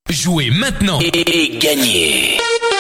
Jouez maintenant et gagnez.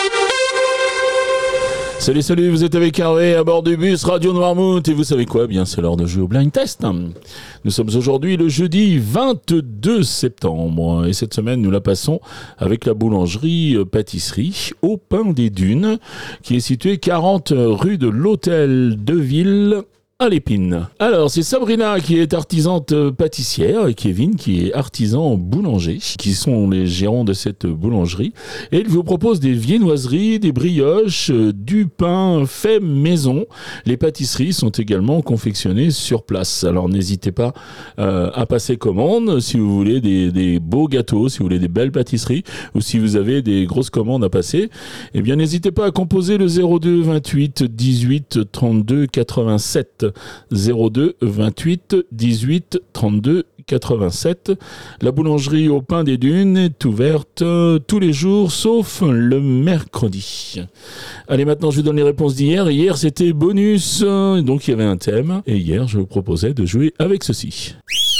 Salut, vous êtes avec Hervé à bord du bus Radio Noirmouth et vous savez quoi ? Bien, c'est l'heure de jouer au blind test. Nous sommes aujourd'hui le jeudi 22 septembre et cette semaine nous la passons avec la boulangerie pâtisserie au Pain des Dunes qui est située 40 rue de l'Hôtel de Ville à l'Épine. Alors, c'est Sabrina qui est artisante pâtissière et Kevin qui est artisan boulanger, qui sont les gérants de cette boulangerie. Et ils vous proposent des viennoiseries, des brioches, du pain fait maison. Les pâtisseries sont également confectionnées sur place. Alors, n'hésitez pas à passer commande si vous voulez des beaux gâteaux, si vous voulez des belles pâtisseries ou si vous avez des grosses commandes à passer. Eh bien, n'hésitez pas à composer le 02 28 18 32 87. 02 28 18 32 87. La boulangerie au Pain des Dunes est ouverte tous les jours sauf le mercredi. Allez, maintenant je vous donne les réponses d'hier. Hier c'était bonus, donc il y avait un thème. Et hier je vous proposais de jouer avec ceci.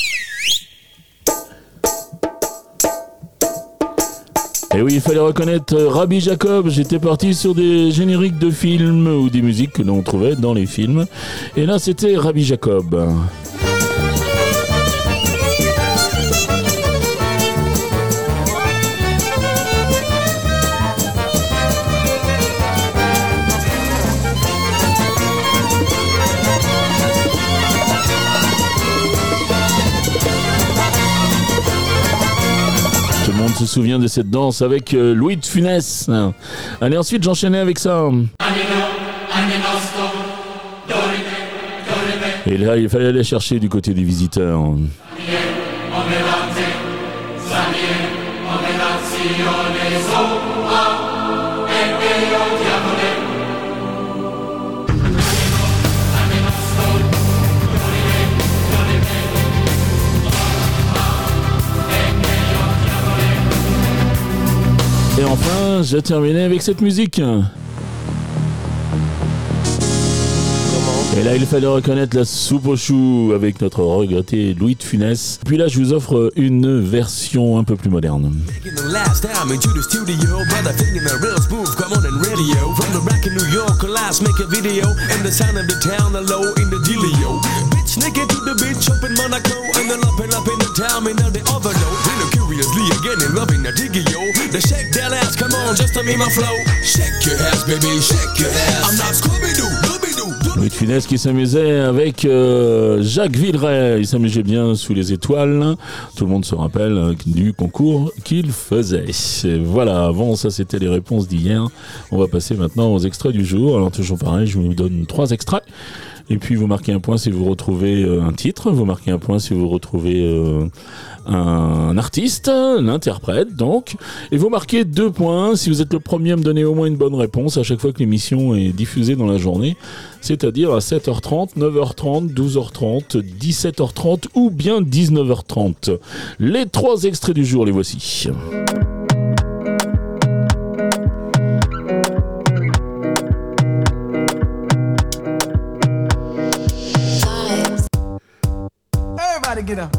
Et oui, il fallait reconnaître Rabbi Jacob. J'étais parti sur des génériques de films ou des musiques que l'on trouvait dans les films. Et là, c'était Rabbi Jacob. Se souvient de cette danse avec Louis de Funès. Allez, ensuite j'enchaînais avec ça. Et là il fallait aller chercher du côté des visiteurs. Et enfin, j'ai terminé avec cette musique. Et là, il fallait reconnaître la soupe aux choux avec notre regretté Louis de Funès. Puis là, je vous offre une version un peu plus moderne. Louis de Funès qui s'amusait avec Jacques Villeray. Il s'amusait bien sous les étoiles. Tout le monde se rappelle du concours qu'il faisait. Et voilà, avant ça c'était les réponses d'hier. On va passer maintenant aux extraits du jour. Alors toujours pareil, je vous donne 3 extraits. Et puis vous marquez un point si vous retrouvez un titre, vous marquez un point si vous retrouvez un artiste, l'interprète donc, et vous marquez 2 points si vous êtes le premier à me donner au moins une bonne réponse à chaque fois que l'émission est diffusée dans la journée, c'est-à-dire à 7h30, 9h30, 12h30, 17h30 ou bien 19h30. Les 3 extraits du jour, les voici. Get up.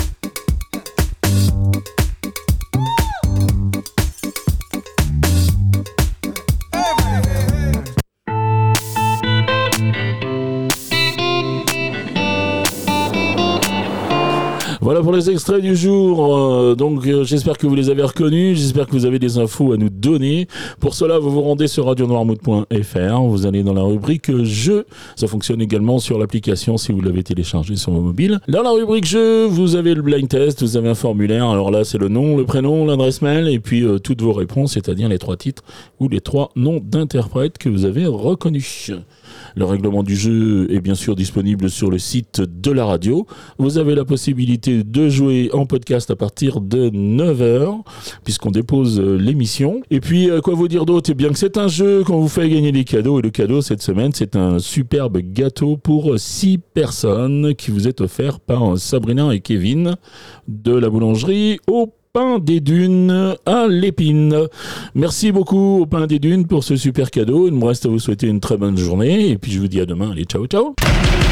Voilà pour les extraits du jour. Donc j'espère que vous les avez reconnus, j'espère que vous avez des infos à nous donner. Pour cela, vous vous rendez sur radionoirmouth.fr, vous allez dans la rubrique jeux. Ça fonctionne également sur l'application si vous l'avez téléchargé sur vos mobiles. Dans la rubrique jeux, vous avez le blind test, vous avez un formulaire. Alors là, c'est le nom, le prénom, l'adresse mail et puis toutes vos réponses, c'est-à-dire les 3 titres ou les 3 noms d'interprètes que vous avez reconnus. Le règlement du jeu est bien sûr disponible sur le site de la radio. Vous avez la possibilité de jouer en podcast à partir de 9h, puisqu'on dépose l'émission. Et puis, quoi vous dire d'autre ? Eh bien que c'est un jeu qu'on vous fait gagner des cadeaux. Et le cadeau cette semaine, c'est un superbe gâteau pour 6 personnes qui vous est offert par Sabrina et Kevin de la boulangerie au Pain des Dunes à l'Épine. Merci beaucoup au Pain des Dunes pour ce super cadeau. Il me reste à vous souhaiter une très bonne journée et puis je vous dis à demain. Allez, ciao, ciao.